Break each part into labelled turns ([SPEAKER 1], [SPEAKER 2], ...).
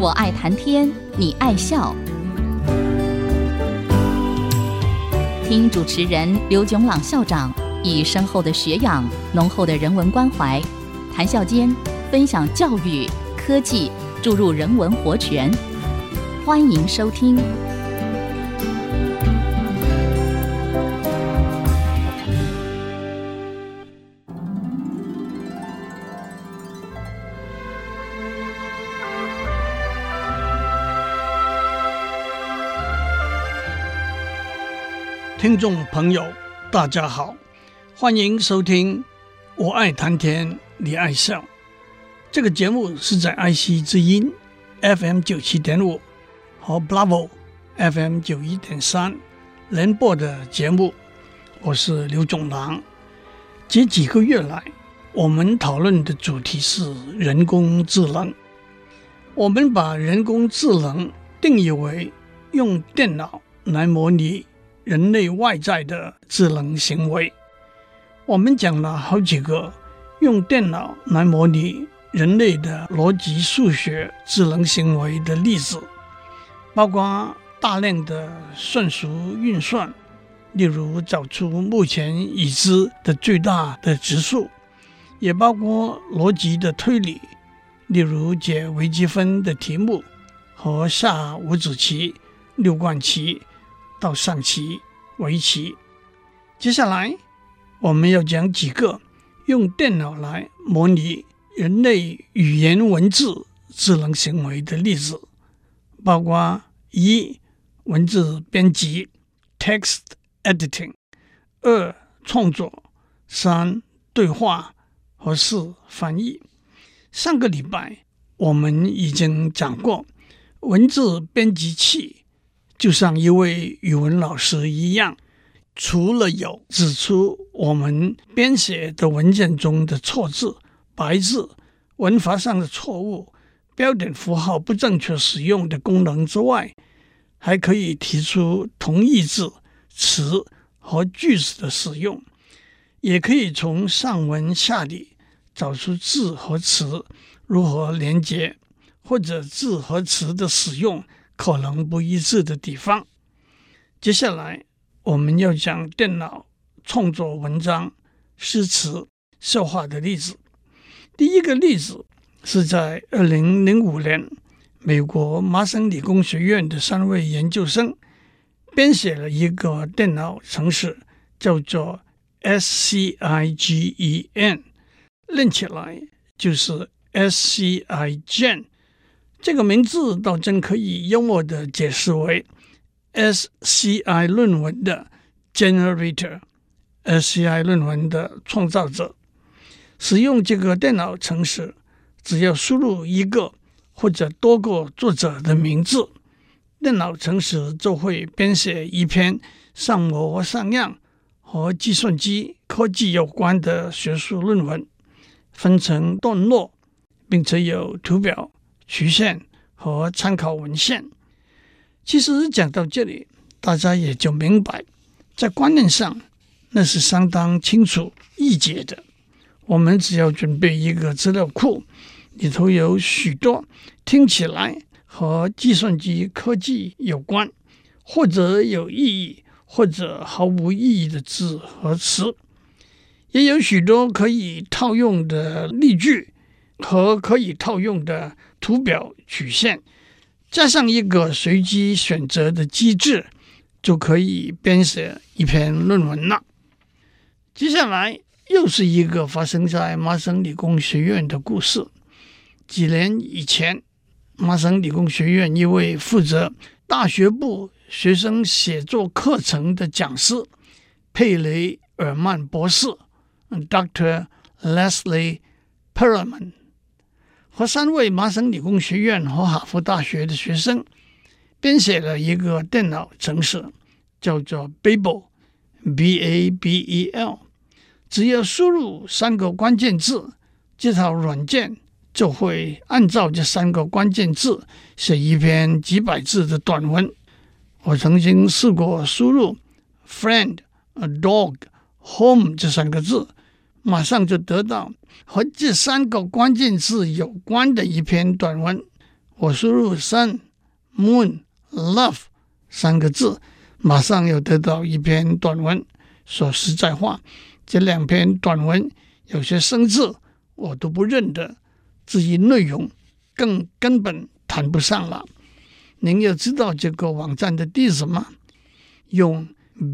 [SPEAKER 1] 我爱谈天，你爱笑。听主持人刘炯朗校长以深厚的学养、浓厚的人文关怀，谈笑间分享教育、科技，注入人文活泉。欢迎收听。
[SPEAKER 2] 听众朋友大家好，欢迎收听我爱谈天你爱笑。这个节目是在爱惜之音 FM 97.5 和 Bravo FM 91.3 联播的节目。我是刘炯朗。这几个月来，我们讨论的主题是人工智能。我们把人工智能定义为用电脑来模拟人类外在的智能行为。我们讲了好几个用电脑来模拟人类的逻辑数学智能行为的例子，包括大量的算术运算，例如找出目前已知的最大的质数，也包括逻辑的推理，例如解微积分的题目和下五子棋、六冠棋到象棋、围棋。接下来我们要讲几个用电脑来模拟人类语言文字智能行为的例子，包括一、文字编辑 text editing， 二、创作，三、对话和四、翻译。上个礼拜我们已经讲过，文字编辑器就像一位语文老师一样，除了有指出我们编写的文件中的错字、白字、文法上的错误、标点符号不正确使用的功能之外，还可以提出同义字、词和句子的使用，也可以从上文下理找出字和词如何连结，或者字和词的使用可能不一致的地方。接下来我们要讲电脑创作文章、诗词、笑话的例子。第一个例子是在2005年，美国麻省理工学院的3位研究生编写了一个电脑程式，叫做 SCIGEN， 念起来就是 SCIGEN。这个名字倒真可以幽默地解释为 SCI 论文的 generator， SCI 论文的创造者。使用这个电脑程式，只要输入一个或者多个作者的名字，电脑程式就会编写一篇上模上样和计算机科技有关的学术论文，分成段落，并且有图表、曲线和参考文献。其实讲到这里，大家也就明白，在观念上那是相当清楚易解的。我们只要准备一个资料库，里头有许多听起来和计算机科技有关，或者有意义，或者毫无意义的字和词，也有许多可以套用的例句和可以套用的图表、曲线，加上一个随机选择的机制，就可以编写一篇论文了。接下来又是一个发生在麻省理工学院的故事。几年以前，麻省理工学院一位负责大学部学生写作课程的讲师佩雷尔曼博士 Dr. Leslie Perelman 和3位麻省理工学院和哈佛大学的学生编写了一个电脑程式，叫做 Babel， B-A-B-E-L。 只要输入3个关键字，这套软件就会按照这3个关键字写一篇几百字的短文。我曾经试过输入 friend、dog、home 这3个字，马上就得到和这3个关键字有关的一篇短文。 我输入 sun, moon, love 3个字，马上又得到一篇短文。说实在话，这2篇短文有些生字我都不认得，至于内容更根本谈不上了。您要知道这个网站的地址吗？用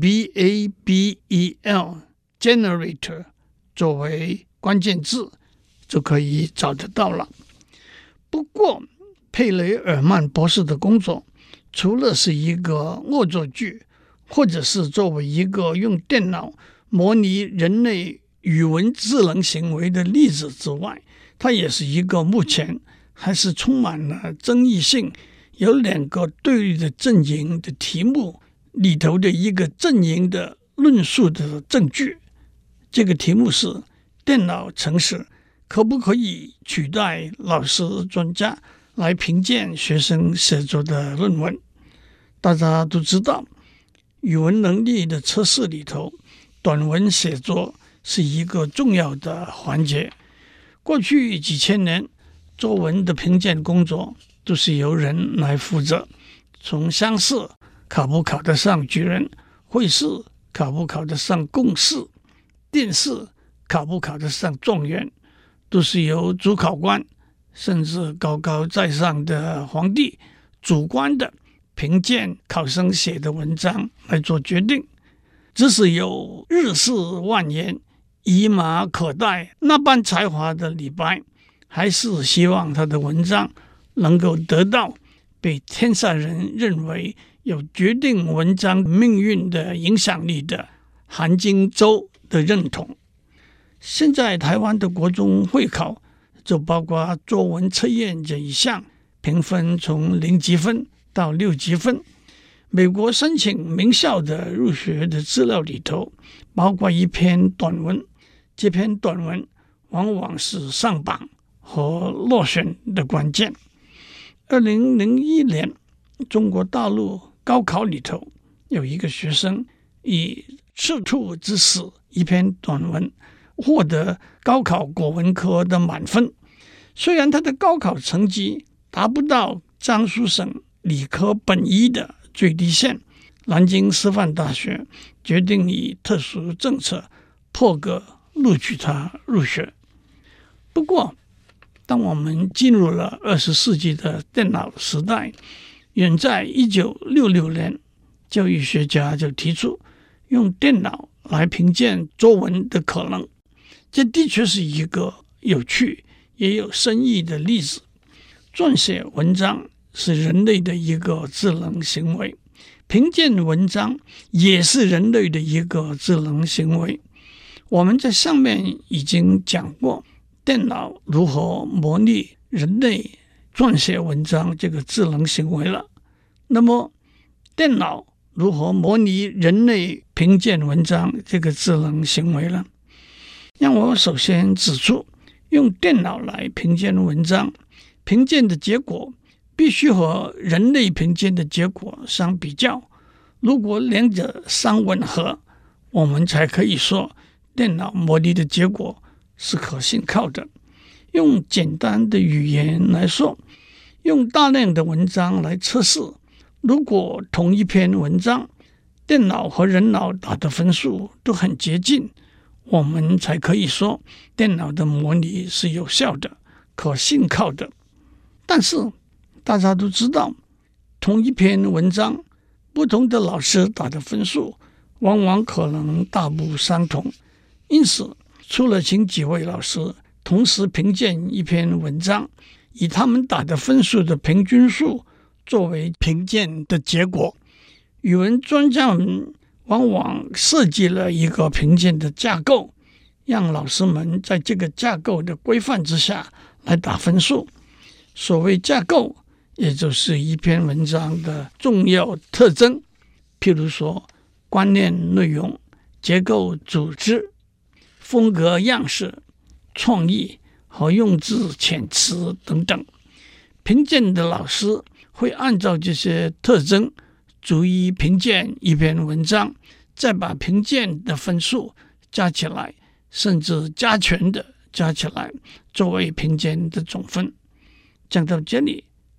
[SPEAKER 2] BABEL generator 作为关键字就可以找得到了。不过佩雷尔曼博士的工作除了是一个恶作剧，或者是作为一个用电脑模拟人类语文智能行为的例子之外，它也是一个目前还是充满了争议性，有2个对立的阵营的题目里头的一个阵营的论述的证据。这个题目是：电脑程式可不可以取代老师专家来评鉴学生写作的论文？大家都知道，语文能力的测试里头，短文写作是一个重要的环节。过去几千年，作文的评鉴工作都是由人来负责，从乡试考不考得上举人，会试考不考得上贡士，殿试考不考得上状元，都是由主考官甚至高高在上的皇帝主观的评鉴考生写的文章来做决定。即使有日式万言，以马可待那般才华的李白，还是希望他的文章能够得到被天下人认为有决定文章命运的影响力的韩荆州的认同。现在台湾的国中会考就包括作文测验这一项，评分从0级分到6级分。美国申请名校的入学的资料里头包括一篇短文，这篇短文往往是上榜和落选的关键。2001年中国大陆高考里头有一个学生以赤兔之死一篇短文获得高考国文科的满分，虽然他的高考成绩达不到江苏省理科本一的最低线，南京师范大学决定以特殊政策破格录取他入学。不过当我们进入了20世纪的电脑时代，远在1966年，教育学家就提出用电脑来评鉴作文的可能。这的确是一个有趣也有深意的例子。撰写文章是人类的一个智能行为，评鉴文章也是人类的一个智能行为。我们在上面已经讲过电脑如何模拟人类撰写文章这个智能行为了。那么电脑如何模拟人类评鉴文章这个智能行为呢？让我首先指出，用电脑来评鉴文章，评鉴的结果必须和人类评鉴的结果相比较，如果两者相吻合，我们才可以说电脑模拟的结果是可信靠的。用简单的语言来说，用大量的文章来测试，如果同一篇文章电脑和人脑打的分数都很接近，我们才可以说电脑的模拟是有效的、可信靠的。但是大家都知道，同一篇文章不同的老师打的分数往往可能大不相同，因此除了请几位老师同时评鉴一篇文章，以他们打的分数的平均数作为评鉴的结果，语文专家们往往设计了一个评鉴的架构，让老师们在这个架构的规范之下来打分数。所谓架构，也就是一篇文章的重要特征，譬如说观念内容、结构组织、风格样式、创意和用字遣词等等。评鉴的老师会按照这些特征逐一评鉴一篇文章，再把评鉴的分数加起来，甚至加权的加起来，作为评鉴的总分。讲到这里，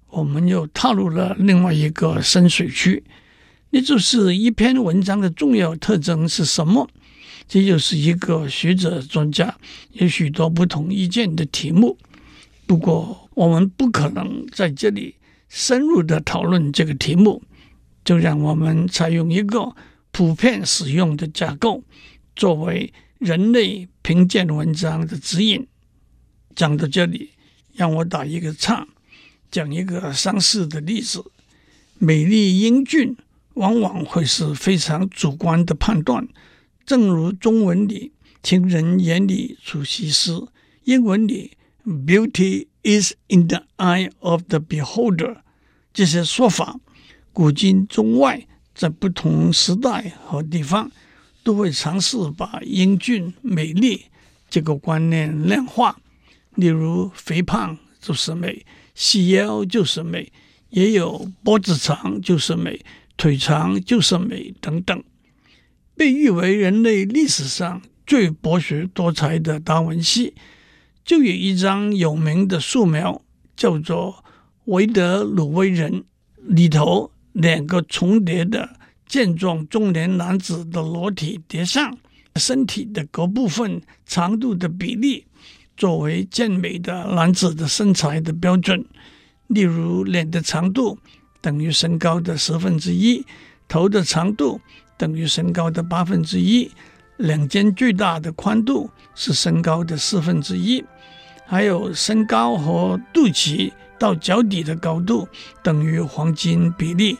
[SPEAKER 2] 我们又踏入了另外一个深水区，那就是一篇文章的重要特征是什么？这就是一个学者专家有许多不同意见的题目。不过我们不可能在这里深入的讨论这个题目，就让我们采用一个普遍使用的架构作为人类评鉴文章的指引。讲到这里，让我打一个岔，讲一个相似的例子。美丽英俊往往会是非常主观的判断，正如中文里情人眼里出西施，英文里 Beauty is in the eye of the beholder 这些说法，古今中外在不同时代和地方都会尝试把英俊美丽这个观念量化。例如肥胖就是美，细腰就是美，也有脖子长就是美，腿长就是美等等。被誉为人类历史上最博学多才的达文西，就有一张有名的素描，叫做维德鲁威人，里头两个重叠的健壮中年男子的裸体叠上，身体的各部分长度的比例作为健美的男子的身材的标准。例如脸的长度等于身高的1/10，头的长度等于身高的1/8，两肩最大的宽度是身高的1/4，还有身高和肚脐到脚底的高度等于黄金比例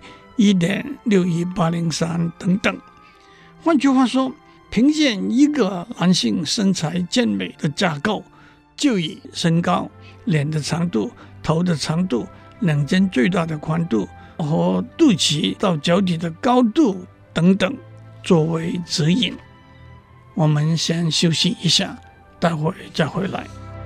[SPEAKER 2] 1.61803等等。换句话说，评鉴一个男性身材健美的架构，就以身高、脸的长度、头的长度、两肩最大的宽度和肚脐到脚底的高度等等作为指引。我们先休息一下，待会再回来。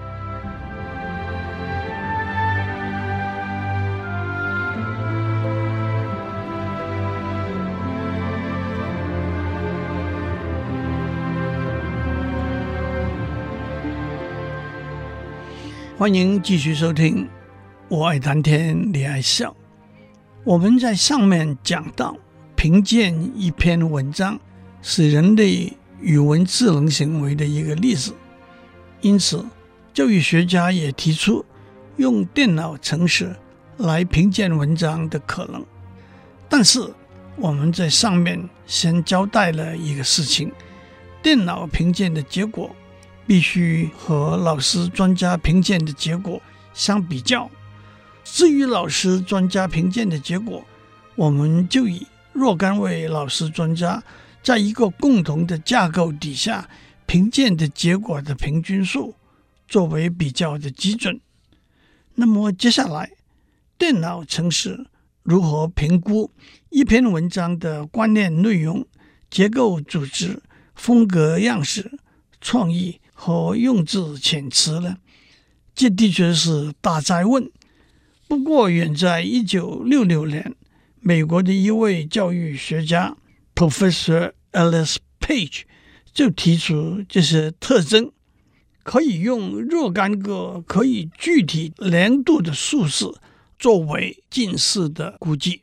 [SPEAKER 2] 欢迎继续收听我爱谈天你爱笑。我们在上面讲到，评鉴一篇文章是人类语文智能行为的一个例子，因此教育学家也提出用电脑程式来评鉴文章的可能。但是我们在上面先交代了一个事情，电脑评鉴的结果必须和老师专家评鉴的结果相比较。至于老师专家评鉴的结果，我们就以若干位老师专家在一个共同的架构底下评鉴的结果的平均数作为比较的基准。那么接下来，电脑程式如何评估一篇文章的观念内容、结构组织、风格样式、创意和用字遣词呢？这的确是大哉问。不过远在1966年，美国的一位教育学家 Professor Alice Page 就提出这些特征，可以用若干个可以具体量度的数字作为近似的估计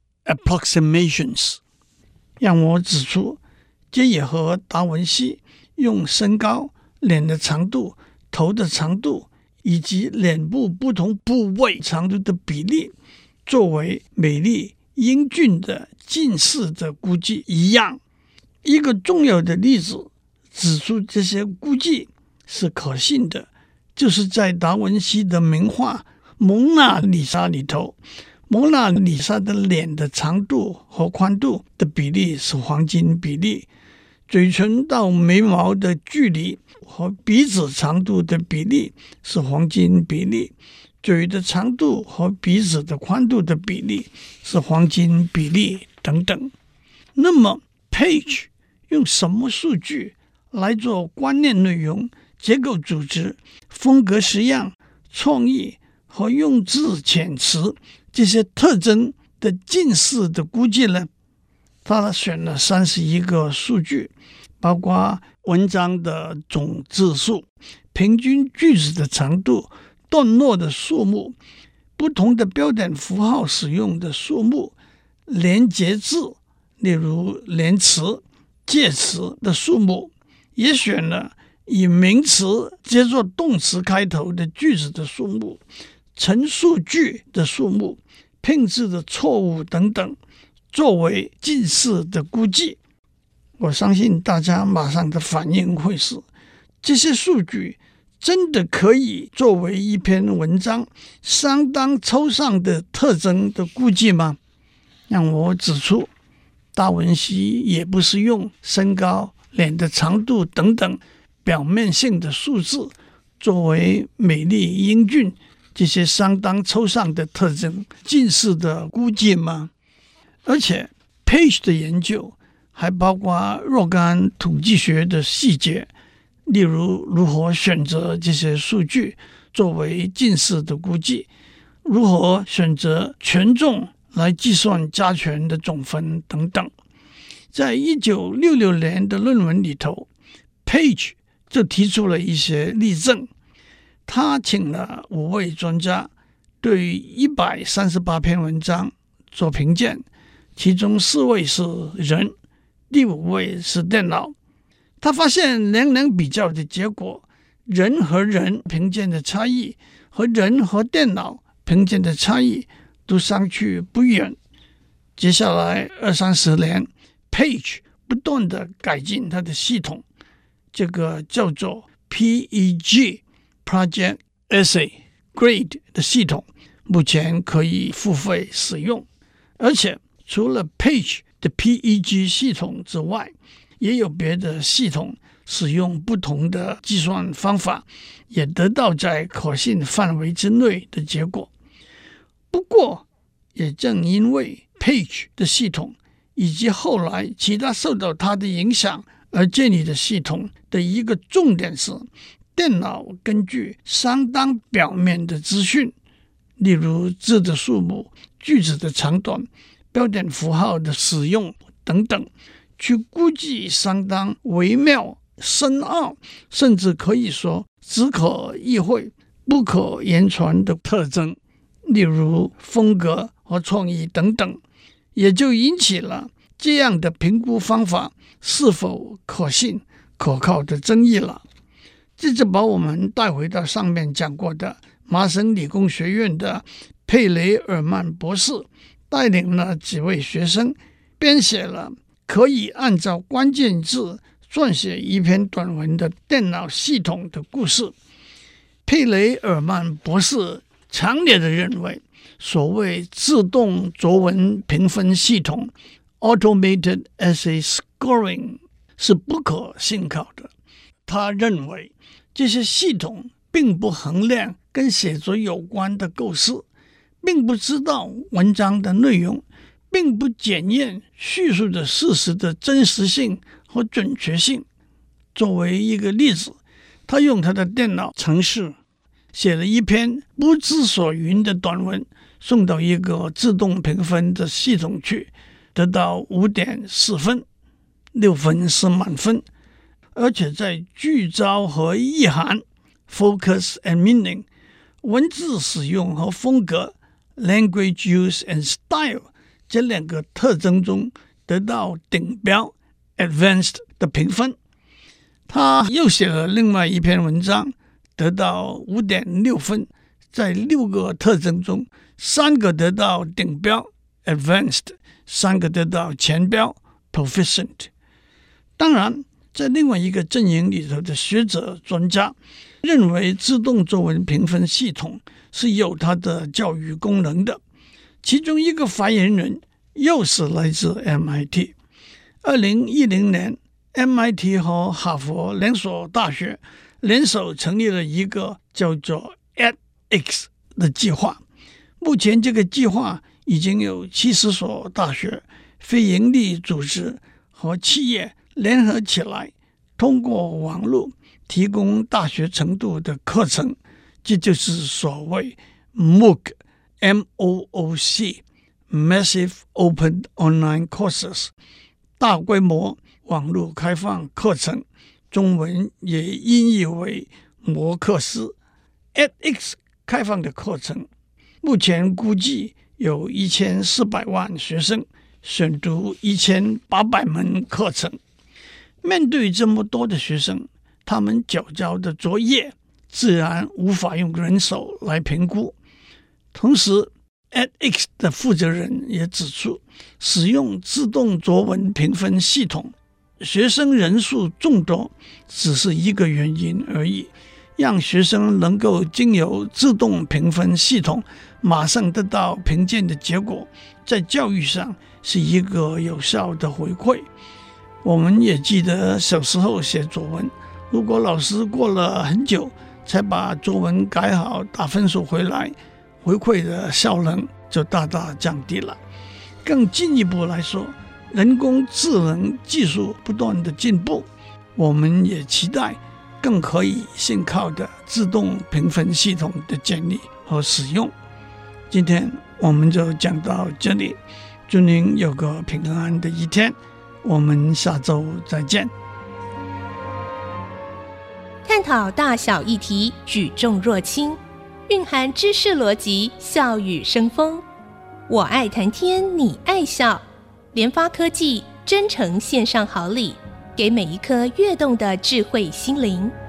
[SPEAKER 2] approximations。 让我指出，这也和达文西用身高、脸的长度、头的长度以及脸部不同部位长度的比例作为美丽英俊的近似的估计一样。一个重要的例子指出这些估计是可信的，就是在达文西的名画《蒙娜丽莎》里头，蒙娜丽莎的脸的长度和宽度的比例是黄金比例，嘴唇到眉毛的距离和鼻子长度的比例是黄金比例，嘴的长度和鼻子的宽度的比例是黄金比例等等。那么 Page 用什么数据来做观念内容、结构组织、风格式样、创意和用字遣词这些特征的近似的估计呢？他选了31个数据，包括文章的总字数、平均句子的长度、段落的数目、 不同的标点符号使用的数目、连结字，例如连词、介词的数目，也选了以名词接作动词开头的句子的数目、陈述句的数目、拼字的错误等等，作为近似的估计。我相信大家马上的反应会是，这些数据真的可以作为一篇文章相当抽象的特征的估计吗？让我指出，达文西也不是用身高、脸的长度等等表面性的数字作为美丽、英俊这些相当抽象的特征近似的估计吗？而且 Page 的研究还包括若干统计学的细节，例如如何选择这些数据作为近似的估计，如何选择权重来计算加权的总分等等。在1966年的论文里头， Page 就提出了一些例证。他请了5位专家对138篇文章做评鉴，其中4位是人，第5位是电脑。他发现两两比较的结果，人和人评鉴的差异和人和电脑评鉴的差异都相去不远。接下来20-30年， Page 不断的改进他的系统，这个叫做 PEG Project Essay Grade 的系统目前可以付费使用，而且除了 Page 的 PEG 系统之外，也有别的系统使用不同的计算方法，也得到在可信范围之内的结果。不过，也正因为 Page 的系统以及后来其他受到它的影响而建立的系统的一个重点是，电脑根据相当表面的资讯，例如字的数目、句子的长短、标点符号的使用等等，去估计相当微妙、深奥，甚至可以说只可意会、不可言传的特征，例如风格和创意等等，也就引起了这样的评估方法是否可信、可靠的争议了。这就把我们带回到上面讲过的麻省理工学院的佩雷尔曼博士，带领了几位学生编写了可以按照关键字撰写一篇短文的电脑系统的故事。佩雷尔曼博士强烈的认为，所谓自动作文评分系统 Automated Essay Scoring 是不可信靠的。他认为这些系统并不衡量跟写作有关的构思，并不知道文章的内容，并不检验叙述的事实的真实性和准确性。作为一个例子，他用他的电脑程式写了一篇不知所云的短文，送到一个自动评分的系统去，得到 5.4 分，6分是满分。而且在句招和意涵 Focus and Meaning、 文字使用和风格 Language Use and Style 这2个特征中得到顶标 Advanced 的评分。他又写了另外一篇文章，得到 5.6 分，在6个特征中3个得到顶标 Advanced， 3个得到前标 Proficient。 当然，在另外一个阵营里头的学者专家认为，自动作文评分系统是有它的教育功能的。其中一个发言人又是来自 MIT。 2010年 MIT 和哈佛两所大学联手成立了一个叫做 edX 的计划。目前这个计划已经有70所大学、非营利组织和企业联合起来，通过网络提供大学程度的课程，这就是所谓 MOOC Massive Open Online Courses 大规模网络开放课程，中文也音译为摩课斯。edX 开放的课程目前估计有1400万学生选读1800门课程。面对这么多的学生，他们缴交的作业自然无法用人手来评估。同时 edX 的负责人也指出，使用自动作文评分系统，学生人数众多只是一个原因而已。让学生能够经由自动评分系统马上得到评鉴的结果，在教育上是一个有效的回馈。我们也记得小时候写作文，如果老师过了很久才把作文改好打分数回来，回馈的效能就大大降低了。更进一步来说，人工智能技术不断的进步，我们也期待更可以信靠的自动评分系统的建立和使用。今天我们就讲到这里，祝您有个平安的一天，我们下周再见。
[SPEAKER 3] 探讨大小议题，举重若轻，蕴含知识逻辑，笑语生风。我爱谈天，你爱笑。联发科技真诚献上好礼，给每一颗跃动的智慧心灵。